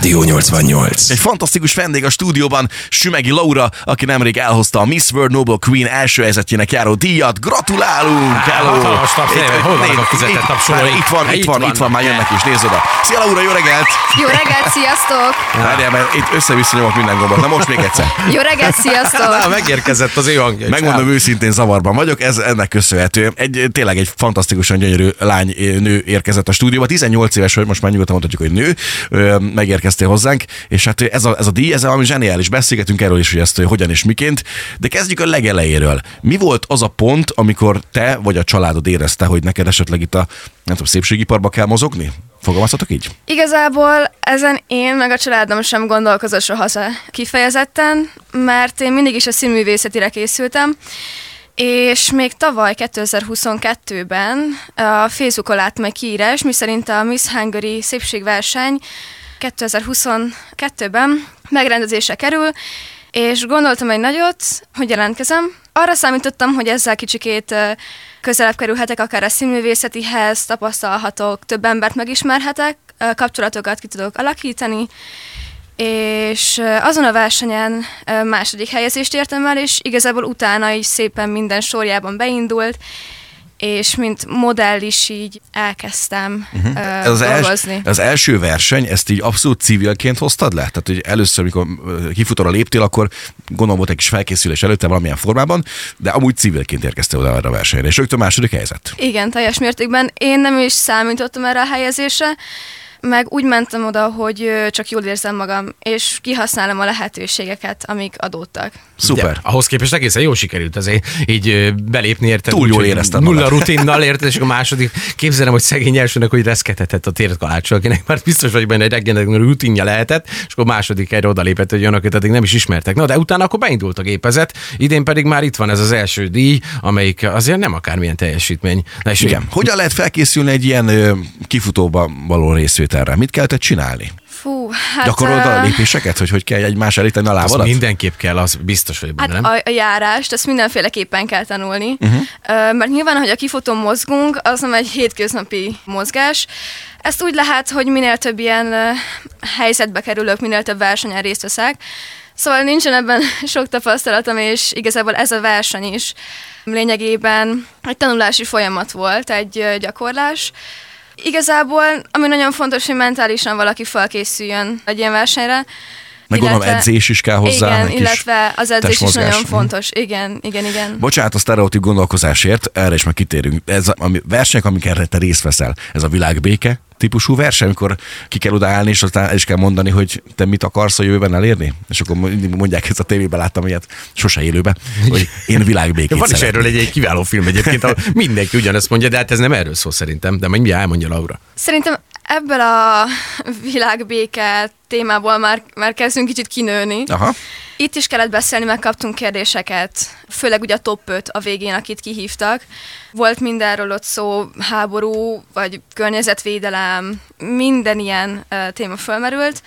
Rádió 88. Egy fantasztikus vendég a stúdióban, Sümegi Laura, aki nemrég elhozta a Miss World Noble Queen első helyzetjének járó díjat. Gratulálunk! Hatalmas tapszelő, hol vannak a fizetett tapsolói? Itt van, már jönnek is, nézd oda. Szia Laura, jó reggelt! Jó reggelt, sziasztok! Várjál, mert itt össze-vissza nyomok minden gombot. Na most még egyszer. Jó reggelt, sziasztok! Na, megérkezett az ő hangja. Megmondom őszintén, zavarban vagyok, ez ennek köszönhető. Tényleg egy fantasztikusan gyönyörű nő érkezett a stúdióba. 18 éves, hogy most már nyugodtan mondhatjuk, hogy nő, megérkeztél hozzánk, és hát ez a díj, ez valami zseniális. Beszélgetünk erről is, hogy ezt hogyan és miként, de kezdjük a legelejéről. Mi volt az a pont, amikor te vagy a családod érezte, hogy neked esetleg itt a szépségiparba kell mozogni? Fogalmazhatok így? Igazából ezen én meg a családom sem gondolkozott soha kifejezetten, mert én mindig is a színművészetire készültem, és még tavaly 2022-ben a Facebookon láttam egy kiírás, miszerint a Miss Hungary szépségverseny 2022-ben megrendezésre kerül, és gondoltam egy nagyot, hogy jelentkezem. Arra számítottam, hogy ezzel kicsikét közelebb kerülhetek akár a színművészetihez, tapasztalhatok, több embert megismerhetek, kapcsolatokat ki tudok alakítani, és azon a versenyen második helyezést értem el, és igazából utána is szépen minden sorjában beindult, és mint modell is így elkezdtem dolgozni. Az első verseny, ezt így abszolút civilként hoztad le? Tehát, hogy először, amikor kifutóra léptél, akkor gondolom volt egy kis felkészülés előtte valamilyen formában, de amúgy civilként érkeztél oda arra a versenyre, és rögtön második helyzet. Igen, teljes mértékben. Én nem is számítottam erre a helyezésre, meg úgy mentem oda, hogy csak jól érzem magam, és kihasználom a lehetőségeket, amik adódtak. Szuper. De ahhoz képest egészen jól sikerült azért így belépni, érted? Túl jól éreztem nulla rutinnal, érted? És a második, képzelem, hogy szegény elsőnek, hogy reszkethetett a térkaláccsal, akinek már biztos vagy benne, egy reggelnek rutinja lehetett, és akkor második helyre odalépett, hogy olyanok, akik nem is ismertek. Na, de utána akkor beindult a gépezet, idén pedig már itt van ez az első díj, amelyik azért nem akármilyen teljesítmény. Na, és igen. Hogyan lehet felkészülni egy ilyen kifutóba való részvételre? Mit kellett csinálni? Fú, hát... Gyakorolod a lépéseket, hogy kell egymás elíteni a lábadat? Az mindenképp kell, az biztos, hogy benne, nem? A járást, ezt mindenféleképpen kell tanulni, mert nyilván, hogy a kifutón mozgunk, az nem egy hétköznapi mozgás. Ezt úgy lehet, hogy minél több ilyen helyzetbe kerülök, minél több versenyen részt veszek. Szóval nincsen ebben sok tapasztalatom, és igazából ez a verseny is lényegében egy tanulási folyamat volt, egy gyakorlás. Igazából, ami nagyon fontos, hogy mentálisan valaki felkészüljön egy ilyen versenyre. Meg gondolom edzés is kell hozzá. Igen, illetve az edzés is nagyon fontos. Igen. Bocsánat a sztereotíp gondolkozásért, erre is meg kitérünk. Ez a versenyek, amiket te részt veszel, ez a világbéke típusú verseny, amikor ki kell odaállni, és aztán el is kell mondani, hogy te mit akarsz a jövőben elérni? És akkor mondják, ezt a tévében láttam ilyet, sose élőben, hogy én világbékét van is szeretném. erről egy kiváló film egyébként, ahol mindenki ugyanezt mondja, de hát ez nem erről szól szerintem, de mindjárt elmondja Laura. Szerintem ebből a világbéke témából már kezdünk kicsit kinőni. Aha. Itt is kellett beszélni, megkaptunk kérdéseket, főleg ugye a top 5 a végén, akit kihívtak. Volt mindenről ott szó, háború, vagy környezetvédelem, minden ilyen téma fölmerült.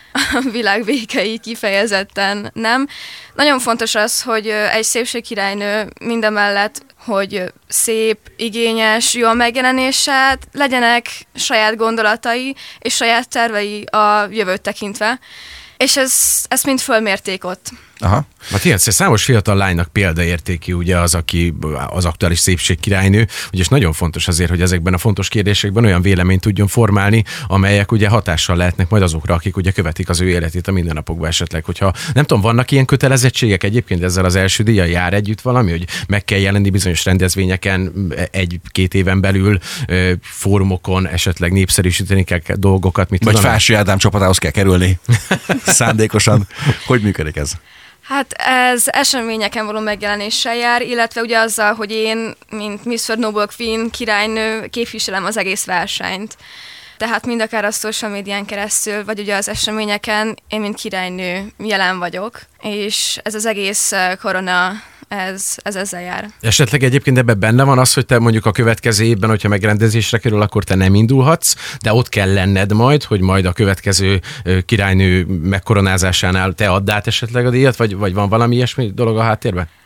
A világ végei kifejezetten nem. Nagyon fontos az, hogy egy szépségkirálynő mindemellett, hogy szép, igényes, jó a megjelenése, legyenek saját gondolatai és saját tervei a jövőt tekintve. És ezt mind fölmérték ott. Aha. Hát ilyen számos fiatal lánynak példaértékű ugye az, aki az aktuális szépségkirálynő, és nagyon fontos azért, hogy ezekben a fontos kérdésekben olyan véleményt tudjon formálni, amelyek ugye hatással lehetnek majd azokra, akik ugye követik az ő életét a mindennapokban esetleg. Hogyha nem tudom, vannak ilyen kötelezettségek egyébként ezzel az első díjjal, jár együtt valami, hogy meg kell jelenni bizonyos rendezvényeken 1-2 éven belül, fórumokon esetleg népszerűsíteni kell dolgokat, mit vagy Fási Ádám csapatához kell kerülni szándékosan. Hogy működik ez? Hát ez eseményeken való megjelenéssel jár, illetve ugye azzal, hogy én, mint Miss World Noble Queen királynő képviselem az egész versenyt. Tehát mind akár a social médián keresztül, vagy ugye az eseményeken én, mint királynő jelen vagyok, és ez az egész korona, ez ezzel jár. Esetleg egyébként ebben benne van az, hogy te mondjuk a következő évben, hogyha megrendezésre kerül, akkor te nem indulhatsz, de ott kell lenned majd, hogy majd a következő királynő megkoronázásánál te add át esetleg a díjat, vagy van valami ilyesmi dolog a háttérben?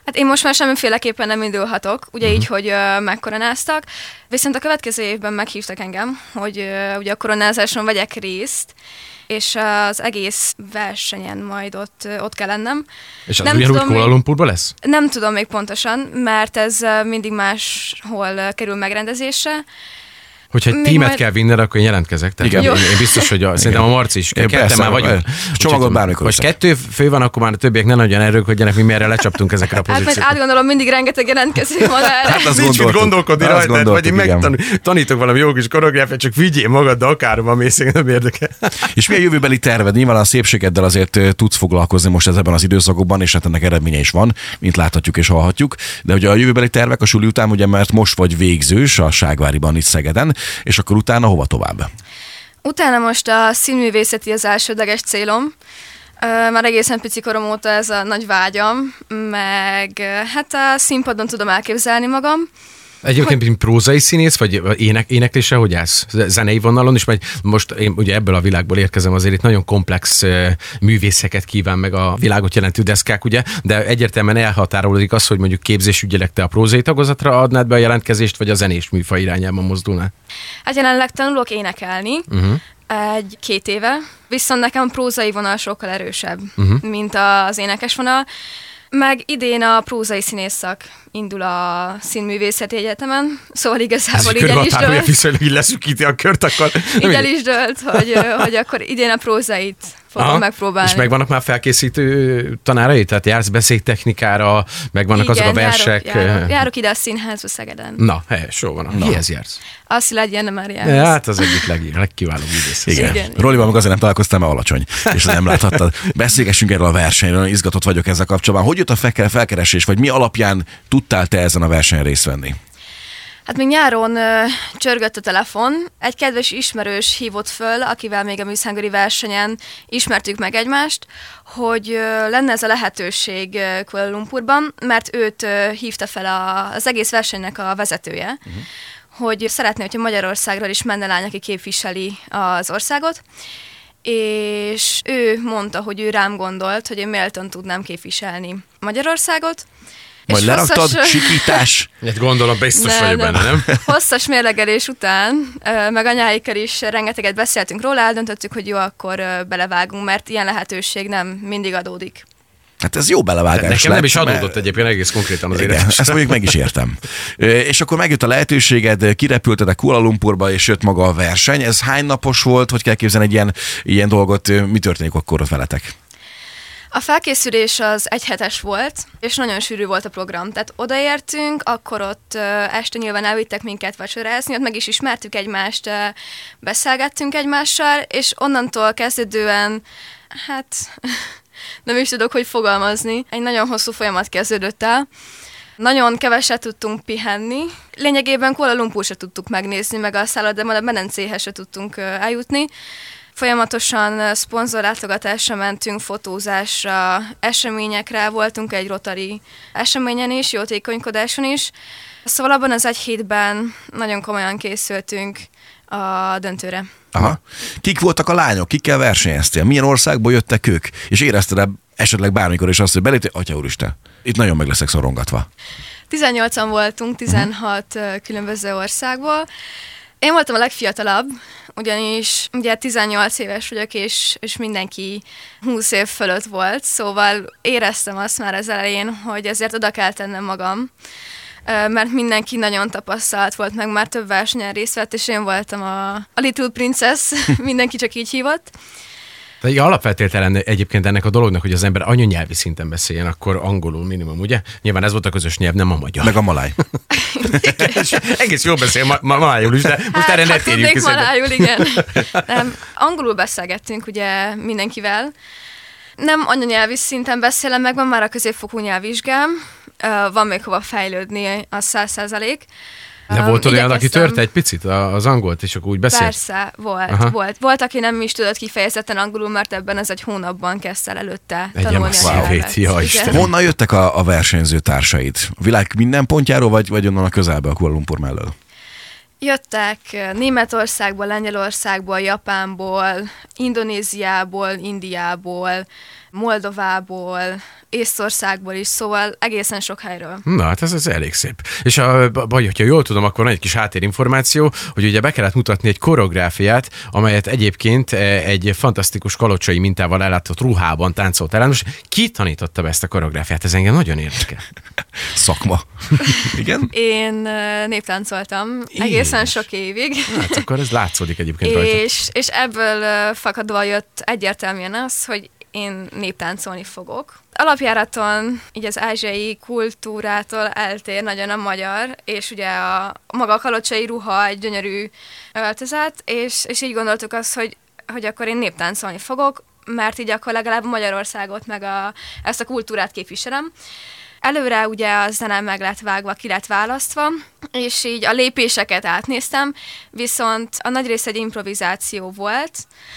Hát én most már semmiféleképpen nem indulhatok, ugye így, hogy megkoronáztak, viszont a következő évben meghívtak engem, hogy ugye a koronázáson vegyek részt, és az egész versenyen majd ott kell lennem. És az ugyanúgy Kuala Lumpurban lesz? Nem tudom még pontosan, mert ez mindig máshol kerül megrendezésre. Hogyha egy tímet kell vinned, akkor én jelentkezek. Tehát én biztos, hogy szerintem a Marci is. Ketten már vagyunk. Csomagot bármikor. Most 2 fő van, akkor már a többiek ne nagyon erőködjenek, mi merre lecsaptunk ezekre a pozíciókra. Hát majd átgondolom, mindig rengeteg jelentkező van erre. Hát az nincs mit gondolkodni rajta, vagy én megtanítok valami jó kis koreográfiát, csak vigyél magad, de akárhova mész, nem érdekel. És mi a jövőbeli terved? Nyilván a szépségeddel azért tudsz foglalkozni most ebben az időszakokban, és hát ennek eredménye is van, mint láthatjuk és hallhatjuk. De ugye a jövőbeli tervek a suli után, ugye, mert most vagy végzős a Ságváriban itt Szegeden, és akkor utána hova tovább? Utána most a színművészeti az elsődleges célom. Már egészen pici korom óta ez a nagy vágyam, meg hát a színpadon tudom elképzelni magam. Egyébként mint prózai színész, vagy éneklésre hogy állsz? Zenei vonalon is, vagy most én ugye ebből a világból érkezem, azért itt nagyon komplex művészeket kíván meg a világot jelentő deszkák, ugye, de egyértelműen elhatárolódik az, hogy mondjuk képzésügyileg te a prózai tagozatra adnád be a jelentkezést, vagy a zenés műfaj irányában mozdulnál? Hát jelenleg tanulok énekelni, 1-2 éve, viszont nekem a prózai vonal sokkal erősebb, mint az énekes vonal. Meg idén a prózai színészszak indul a Színművészeti Egyetemen, szóval igazából így el is dölt. Viszonylag így leszűkíti a kört, akkor... Így el is dölt, hogy akkor idén a prózait fogom megpróbálni. És megvannak már felkészítő tanárai? Tehát jársz beszédtechnikára, megvannak azok a versek? Járok ide a színházba Szegeden. Na, helyes, jó van. Kihez jársz? Azt legyen már jársz. Ja, hát az egyik legkiválóbb ügyész. Igen. Rolival meg azért nem találkoztam, mert alacsony, és nem láthattad. Beszélgessünk erről a versenyről, izgatott vagyok ezzel kapcsolatban. Hogy jött a felkeresés, vagy mi alapján tudtál te ezen a versenyen részt venni? Hát még nyáron csörgött a telefon, egy kedves ismerős hívott föl, akivel még a Miss Hungary versenyen ismertük meg egymást, hogy lenne ez a lehetőség Kuala Lumpurban, mert őt hívta fel az egész versenynek a vezetője, hogy szeretné, hogyha Magyarországról is menne lány, aki képviseli az országot, és ő mondta, hogy ő rám gondolt, hogy én méltón tudnám képviselni Magyarországot. Majd leraktad, sikítás. Gondolom, biztos vagyok benne, nem? Hosszas mérlegelés után, meg anyáikkal is rengeteget beszéltünk róla, eldöntöttük, hogy jó, akkor belevágunk, mert ilyen lehetőség nem mindig adódik. Hát ez jó belevágás. Nekem nem is adódott egyébként egész konkrétan az élet. Ezt mondjuk meg is értem. És akkor megjött a lehetőséged, kirepülted a Kuala Lumpurba, és jött maga a verseny. Ez hány napos volt, hogy kell képzelni egy ilyen dolgot? Mi történik akkor ott veletek? A felkészülés az 1 hetes volt, és nagyon sűrű volt a program. Tehát odaértünk, akkor ott este nyilván elvittek minket vacsorázni, ott meg is ismertük egymást, beszélgettünk egymással, és onnantól kezdődően, hát nem is tudok, hogy fogalmazni. Egy nagyon hosszú folyamat kezdődött el. Nagyon keveset tudtunk pihenni. Lényegében Kuala Lumpur se tudtuk megnézni, meg a szállodában a medencéhez se tudtunk eljutni. Folyamatosan szponzorlátogatásra mentünk, fotózásra, eseményekre, voltunk egy Rotary eseményen is, jótékonykodáson is. Szóval abban az 1 hétben nagyon komolyan készültünk a döntőre. Aha. Kik voltak a lányok? Kikkel versenyeztél? Milyen országból jöttek ők? És érezted esetleg bármikor is azt, hogy beléptél? Atya úristen, itt nagyon meg leszek szorongatva. 18-an voltunk, 16 különböző országból. Én voltam a legfiatalabb, ugyanis ugye 18 éves vagyok, és mindenki 20 év fölött volt, szóval éreztem azt már az elején, hogy ezért oda kell tennem magam, mert mindenki nagyon tapasztalt volt, meg már több versenyen részt vett, és én voltam a Little Princess, mindenki csak így hívott. De alapfeltételen egyébként ennek a dolognak, hogy az ember anyanyelvi szinten beszéljen, akkor angolul minimum, ugye? Nyilván ez volt a közös nyelv, nem a magyar. Meg a maláj. Egész jól beszél malájul is, de most erre ne térjünk ki. Malájul, igen. Nem, angolul beszélgettünk ugye mindenkivel. Nem anyanyelvi szinten beszélem, meg van már a középfokú nyelvvizsgám, van még hova fejlődni, az 100%. De volt olyan, aki törte egy picit az angolt, és akkor úgy beszélt? Persze, volt. Volt, aki nem is tudott kifejezetten angolul, mert ebben az 1 hónapban kezdte el előtte tanulni a nyelvet. Honnan jöttek a versenyző társaid? A világ minden pontjáról, vagy onnan a közelbe, a Kuala Lumpur mellől? Jöttek Németországból, Lengyelországból, Japánból, Indonéziából, Indiából, Moldovából, Észtországból is, szóval egészen sok helyről. Na, hát ez elég szép. És hogyha jól tudom, akkor van egy kis háttérinformáció, hogy ugye be kellett mutatni egy koreográfiát, amelyet egyébként egy fantasztikus kalocsai mintával ellátott ruhában táncolt el. Most ki tanította be ezt a koreográfiát? Ez engem nagyon érdekel. Szakma. Igen? Én néptáncoltam egészen sok évig. Hát akkor ez látszódik egyébként rajta. És ebből fakadva jött egyértelműen az, hogy én néptáncolni fogok. Alapjáraton így az ázsiai kultúrától eltér nagyon a magyar, és ugye a maga a kalocsai ruha egy gyönyörű öltözet, és így gondoltuk azt, hogy akkor én néptáncolni fogok, mert így akkor legalább Magyarországot meg ezt a kultúrát képviselem. Előre ugye a zene meg lett vágva, ki lett választva, és így a lépéseket átnéztem, viszont a nagy része egy improvizáció volt.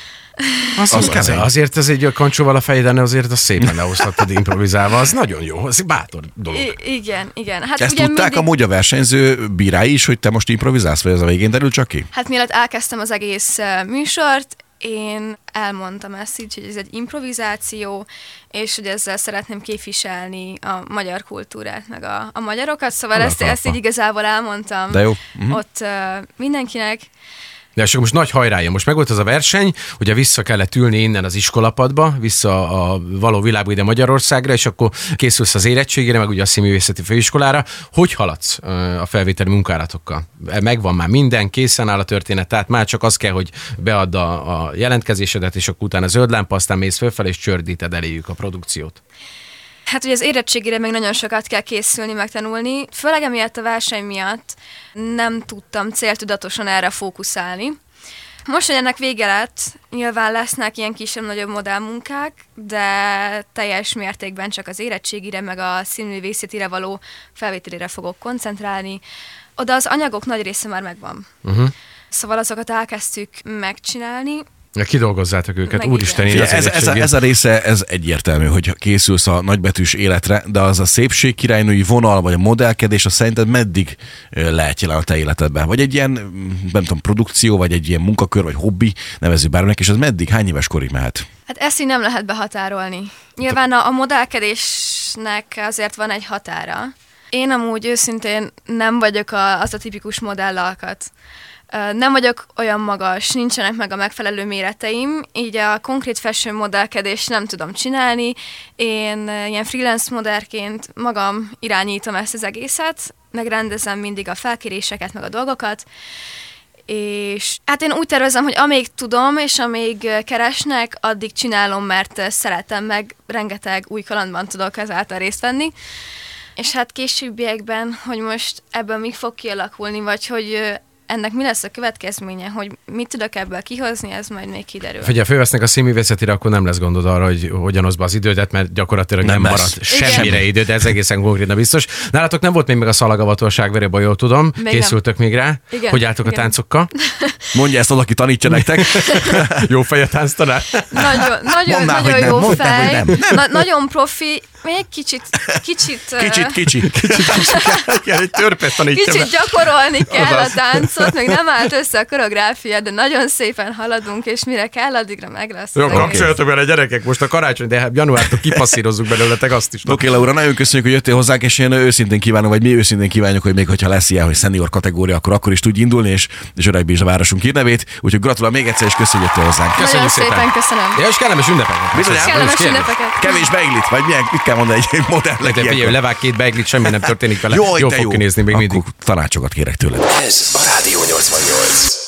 Azért ez egy kancsóval a fejeden, azért az szépen lehozhattad improvizálva, az nagyon jó, ez bátor dolog. Igen. Hát ezt ugye tudták amúgy a versenyző bírái is, hogy te most improvizálsz, vagy ez a végén derül csak ki? Hát mielőtt elkezdtem az egész műsort, én elmondtam ezt így, hogy ez egy improvizáció, és hogy ezzel szeretném képviselni a magyar kultúrát, meg a magyarokat, szóval ezt így igazából elmondtam. De jó. Ott mindenkinek. De és most nagy hajrája, most megvolt az a verseny, ugye vissza kellett ülni innen az iskolapadba, vissza a való világba ide Magyarországra, és akkor készülsz az érettségére, meg ugye a Színművészeti Főiskolára. Hogy haladsz a felvételi munkálatokkal? Megvan már minden, készen áll a történet, tehát már csak az kell, hogy beadd a jelentkezésedet, és akkor utána zöld lámpa, aztán mész fölfelé, és csördíted eléjük a produkciót. Hát ugye az érettségére még nagyon sokat kell készülni, megtanulni. Főleg emiatt a verseny miatt nem tudtam céltudatosan erre fókuszálni. Most, hogy ennek vége lett, nyilván lesznek ilyen kisebb-nagyobb modellmunkák, de teljes mértékben csak az érettségire, meg a színművészetire való felvételére fogok koncentrálni. Oda az anyagok nagy része már megvan. Szóval azokat elkezdtük megcsinálni. Kidolgozzátok őket, úristen, én ez a része, ez egyértelmű, hogy készülsz a nagybetűs életre, de az a szépségkirálynői vonal, vagy a modellkedés, az szerinted meddig lehet jelen a te életedben? Vagy egy ilyen, nem tudom, produkció, vagy egy ilyen munkakör, vagy hobbi, nevezzük bárminek, és az meddig, hány éves korig mehet? Hát ezt így nem lehet behatárolni. Nyilván a modellkedésnek azért van egy határa. Én amúgy őszintén nem vagyok az a tipikus modellalkat. Nem vagyok olyan magas, nincsenek meg a megfelelő méreteim, így a konkrét fashion modellkedést nem tudom csinálni. Én ilyen freelance modellként magam irányítom ezt az egészet, megrendezem mindig a felkéréseket, meg a dolgokat, és hát én úgy tervezem, hogy amíg tudom, és amíg keresnek, addig csinálom, mert szeretem, meg rengeteg új kalandban tudok ezáltal részt venni. És hát későbbiekben, hogy most ebből mi fog kialakulni, vagy hogy ennek mi lesz a következménye, hogy mit tudok ebből kihozni, ez majd még kiderül. Figyelj, fölvesznek a színművészetire, akkor nem lesz gondod arra, hogy hogyan oszd be az idődet, mert gyakorlatilag nem marad semmire idő, de ez egészen konkrétan biztos. Nálatok nem volt még meg a szalagavató a ságverőben, jól tudom. Még készültök még rá? Igen, hogy álltok a táncokkal? Mondja ezt valaki, tanítsa nektek. Jó fej a tánctanár? Nagyon jó fej. Nagyon profi. Még kicsit egy törpet tanítja. Kicsit gyakorolni kell a táncot, még nem állt össze a koreográfia, de nagyon szépen haladunk, és mire kell, addigra meg lesz. Jó, kapcsoljatok bele, gyerekek, most a karácsony, de januártól kipasszírozzuk belőletek azt is. Oké, Laura, nagyon köszönjük, hogy jöttél hozzánk, és én őszintén kívánom, vagy mi őszintén kívánjuk, hogy még hogyha lesz ilyen, hogy senior kategória, akkor is tudj indulni, és öregbítsd a városunk hírnevét. Úgyhogy gratulálok még egyszer, és köszönjük, hogy jöttél hozzánk. Köszönjük szépen, köszönöm. Ja, és kellemes ünnepeket. Kevés beiglit, vagy mit kell mondani egy modellnek ilyenkor? Levág 2 beiglit, semmi nem történik vele. Jól fog kinézni még mindig. Tanácsokat kérek tőled. Ez a Rádió 88.